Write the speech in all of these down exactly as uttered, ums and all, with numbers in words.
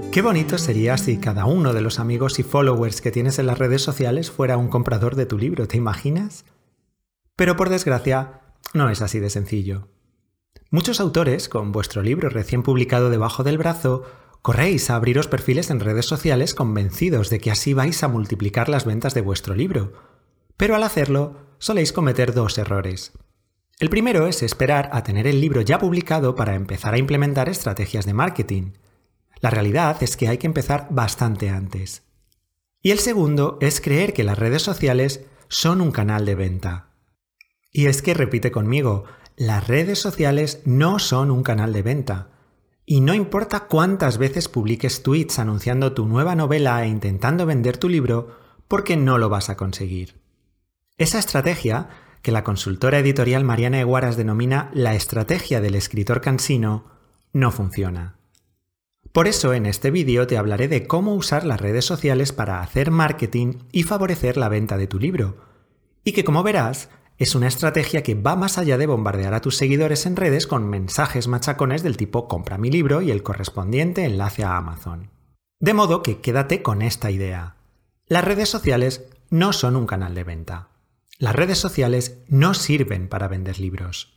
Qué bonito sería si cada uno de los amigos y followers que tienes en las redes sociales fuera un comprador de tu libro, ¿te imaginas? Pero por desgracia, no es así de sencillo. Muchos autores, con vuestro libro recién publicado debajo del brazo, corréis a abriros perfiles en redes sociales convencidos de que así vais a multiplicar las ventas de vuestro libro. Pero al hacerlo, soléis cometer dos errores. El primero es esperar a tener el libro ya publicado para empezar a implementar estrategias de marketing. La realidad es que hay que empezar bastante antes. Y el segundo es creer que las redes sociales son un canal de venta. Y es que repite conmigo, las redes sociales no son un canal de venta. Y no importa cuántas veces publiques tweets anunciando tu nueva novela e intentando vender tu libro, porque no lo vas a conseguir. Esa estrategia, que la consultora editorial Mariana Eguaras denomina la estrategia del escritor cansino, no funciona. Por eso en este vídeo te hablaré de cómo usar las redes sociales para hacer marketing y favorecer la venta de tu libro. Y que, como verás, es una estrategia que va más allá de bombardear a tus seguidores en redes con mensajes machacones del tipo compra mi libro y el correspondiente enlace a Amazon. De modo que quédate con esta idea. Las redes sociales no son un canal de venta. Las redes sociales no sirven para vender libros.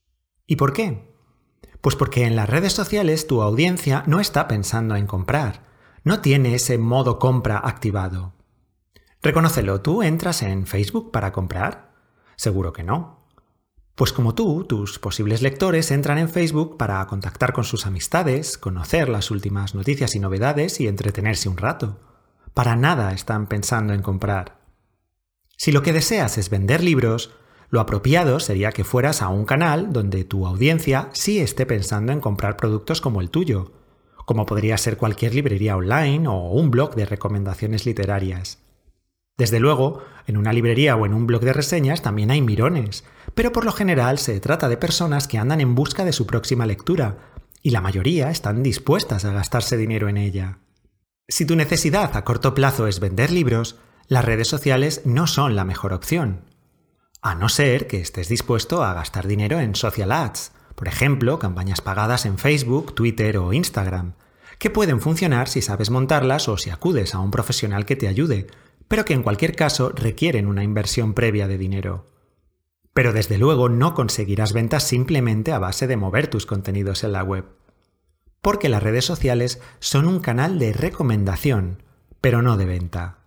¿Y por qué? Pues porque en las redes sociales tu audiencia no está pensando en comprar, no tiene ese modo compra activado. Reconócelo, ¿tú entras en Facebook para comprar? Seguro que no. Pues como tú, tus posibles lectores entran en Facebook para contactar con sus amistades, conocer las últimas noticias y novedades y entretenerse un rato. Para nada están pensando en comprar. Si lo que deseas es vender libros, lo apropiado sería que fueras a un canal donde tu audiencia sí esté pensando en comprar productos como el tuyo, como podría ser cualquier librería online o un blog de recomendaciones literarias. Desde luego, en una librería o en un blog de reseñas también hay mirones, pero por lo general se trata de personas que andan en busca de su próxima lectura, y la mayoría están dispuestas a gastarse dinero en ella. Si tu necesidad a corto plazo es vender libros, las redes sociales no son la mejor opción. A no ser que estés dispuesto a gastar dinero en social ads, por ejemplo, campañas pagadas en Facebook, Twitter o Instagram, que pueden funcionar si sabes montarlas o si acudes a un profesional que te ayude, pero que en cualquier caso requieren una inversión previa de dinero. Pero desde luego no conseguirás ventas simplemente a base de mover tus contenidos en la web. Porque las redes sociales son un canal de recomendación, pero no de venta.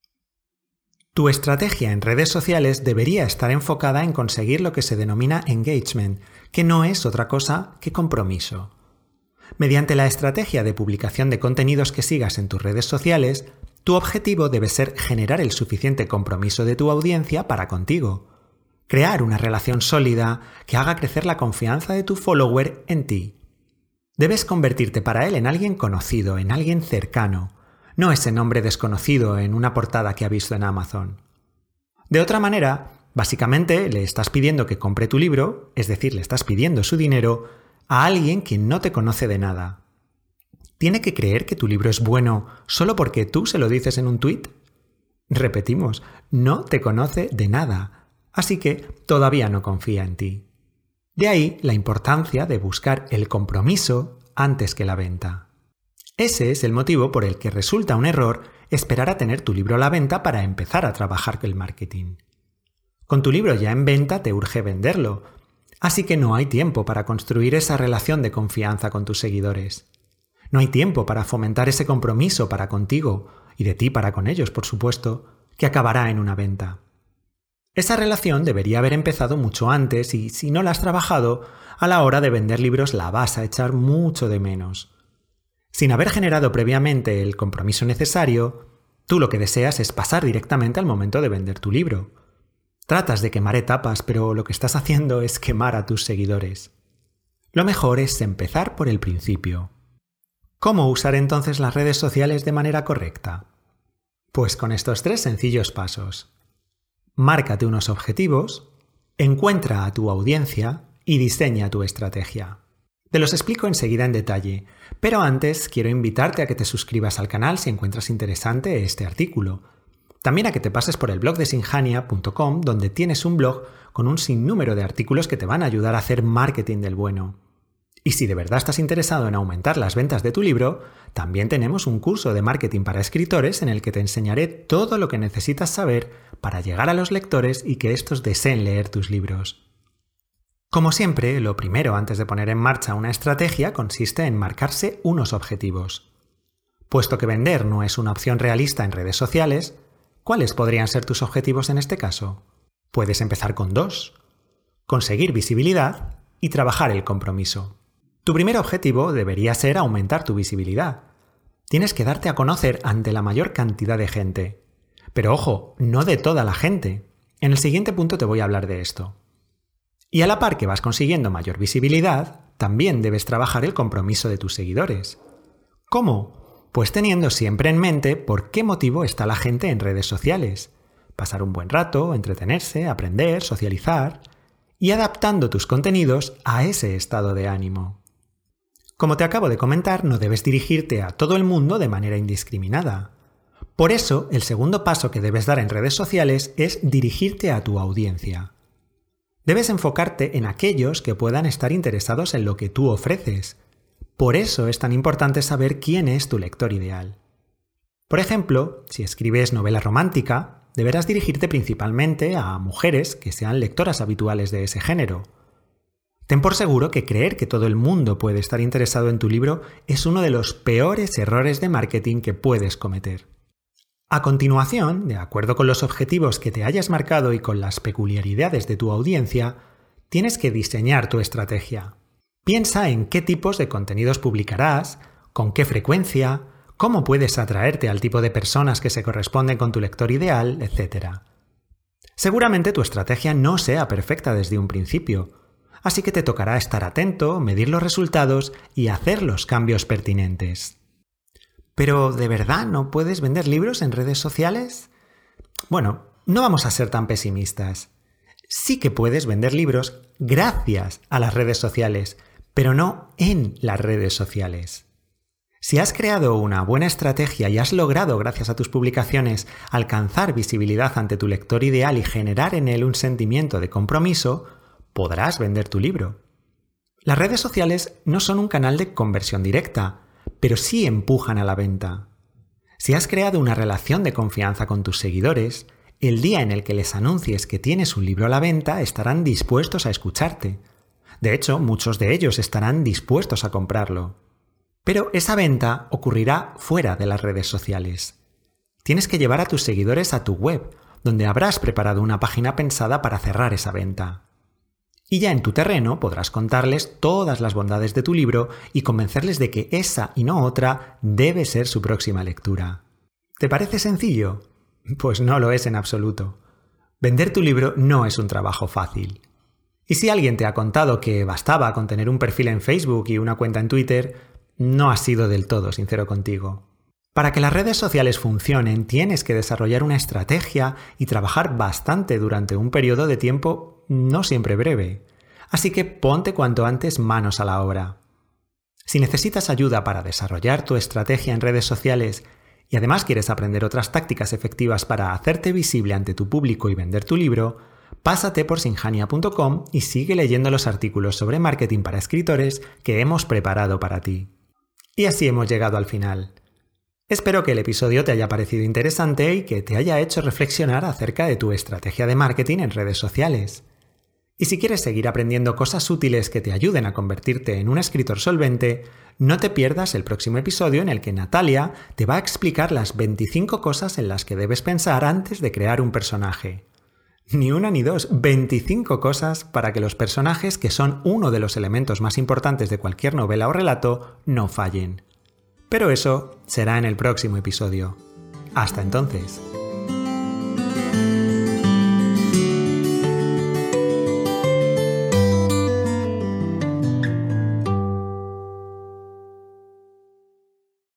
Tu estrategia en redes sociales debería estar enfocada en conseguir lo que se denomina engagement, que no es otra cosa que compromiso. Mediante la estrategia de publicación de contenidos que sigas en tus redes sociales, tu objetivo debe ser generar el suficiente compromiso de tu audiencia para contigo. Crear una relación sólida que haga crecer la confianza de tu follower en ti. Debes convertirte para él en alguien conocido, en alguien cercano, no ese nombre desconocido en una portada que ha visto en Amazon. De otra manera, básicamente le estás pidiendo que compre tu libro, es decir, le estás pidiendo su dinero, a alguien que no te conoce de nada. ¿Tiene que creer que tu libro es bueno solo porque tú se lo dices en un tuit? Repetimos, no te conoce de nada, así que todavía no confía en ti. De ahí la importancia de buscar el compromiso antes que la venta. Ese es el motivo por el que resulta un error esperar a tener tu libro a la venta para empezar a trabajar el marketing. Con tu libro ya en venta te urge venderlo, así que no hay tiempo para construir esa relación de confianza con tus seguidores. No hay tiempo para fomentar ese compromiso para contigo, y de ti para con ellos, por supuesto, que acabará en una venta. Esa relación debería haber empezado mucho antes y, si no la has trabajado, a la hora de vender libros la vas a echar mucho de menos. Sin haber generado previamente el compromiso necesario, tú lo que deseas es pasar directamente al momento de vender tu libro. Tratas de quemar etapas, pero lo que estás haciendo es quemar a tus seguidores. Lo mejor es empezar por el principio. ¿Cómo usar entonces las redes sociales de manera correcta? Pues con estos tres sencillos pasos. Márcate unos objetivos, encuentra a tu audiencia y diseña tu estrategia. Te los explico enseguida en detalle, pero antes quiero invitarte a que te suscribas al canal si encuentras interesante este artículo. También a que te pases por el blog de sinjania punto com, donde tienes un blog con un sinnúmero de artículos que te van a ayudar a hacer marketing del bueno. Y si de verdad estás interesado en aumentar las ventas de tu libro, también tenemos un curso de marketing para escritores en el que te enseñaré todo lo que necesitas saber para llegar a los lectores y que estos deseen leer tus libros. Como siempre, lo primero antes de poner en marcha una estrategia consiste en marcarse unos objetivos. Puesto que vender no es una opción realista en redes sociales, ¿cuáles podrían ser tus objetivos en este caso? Puedes empezar con dos: conseguir visibilidad y trabajar el compromiso. Tu primer objetivo debería ser aumentar tu visibilidad. Tienes que darte a conocer ante la mayor cantidad de gente. Pero ojo, no de toda la gente. En el siguiente punto te voy a hablar de esto. Y a la par que vas consiguiendo mayor visibilidad, también debes trabajar el compromiso de tus seguidores. ¿Cómo? Pues teniendo siempre en mente por qué motivo está la gente en redes sociales. Pasar un buen rato, entretenerse, aprender, socializar y adaptando tus contenidos a ese estado de ánimo. Como te acabo de comentar, no debes dirigirte a todo el mundo de manera indiscriminada. Por eso, el segundo paso que debes dar en redes sociales es dirigirte a tu audiencia. Debes enfocarte en aquellos que puedan estar interesados en lo que tú ofreces. Por eso es tan importante saber quién es tu lector ideal. Por ejemplo, si escribes novela romántica, deberás dirigirte principalmente a mujeres que sean lectoras habituales de ese género. Ten por seguro que creer que todo el mundo puede estar interesado en tu libro es uno de los peores errores de marketing que puedes cometer. A continuación, de acuerdo con los objetivos que te hayas marcado y con las peculiaridades de tu audiencia, tienes que diseñar tu estrategia. Piensa en qué tipos de contenidos publicarás, con qué frecuencia, cómo puedes atraerte al tipo de personas que se corresponden con tu lector ideal, etcétera. Seguramente tu estrategia no sea perfecta desde un principio, así que te tocará estar atento, medir los resultados y hacer los cambios pertinentes. ¿Pero de verdad no puedes vender libros en redes sociales? Bueno, no vamos a ser tan pesimistas. Sí que puedes vender libros gracias a las redes sociales, pero no en las redes sociales. Si has creado una buena estrategia y has logrado, gracias a tus publicaciones, alcanzar visibilidad ante tu lector ideal y generar en él un sentimiento de compromiso, podrás vender tu libro. Las redes sociales no son un canal de conversión directa, pero sí empujan a la venta. Si has creado una relación de confianza con tus seguidores, el día en el que les anuncies que tienes un libro a la venta, estarán dispuestos a escucharte. De hecho, muchos de ellos estarán dispuestos a comprarlo. Pero esa venta ocurrirá fuera de las redes sociales. Tienes que llevar a tus seguidores a tu web, donde habrás preparado una página pensada para cerrar esa venta. Y ya en tu terreno podrás contarles todas las bondades de tu libro y convencerles de que esa y no otra debe ser su próxima lectura. ¿Te parece sencillo? Pues no lo es en absoluto. Vender tu libro no es un trabajo fácil. Y si alguien te ha contado que bastaba con tener un perfil en Facebook y una cuenta en Twitter, no ha sido del todo sincero contigo. Para que las redes sociales funcionen, tienes que desarrollar una estrategia y trabajar bastante durante un periodo de tiempo no siempre breve. Así que ponte cuanto antes manos a la obra. Si necesitas ayuda para desarrollar tu estrategia en redes sociales y además quieres aprender otras tácticas efectivas para hacerte visible ante tu público y vender tu libro, pásate por sinjania punto com y sigue leyendo los artículos sobre marketing para escritores que hemos preparado para ti. Y así hemos llegado al final. Espero que el episodio te haya parecido interesante y que te haya hecho reflexionar acerca de tu estrategia de marketing en redes sociales. Y si quieres seguir aprendiendo cosas útiles que te ayuden a convertirte en un escritor solvente, no te pierdas el próximo episodio en el que Natalia te va a explicar las veinticinco cosas en las que debes pensar antes de crear un personaje. Ni una ni dos, veinticinco cosas para que los personajes, que son uno de los elementos más importantes de cualquier novela o relato, no fallen. Pero eso será en el próximo episodio. Hasta entonces.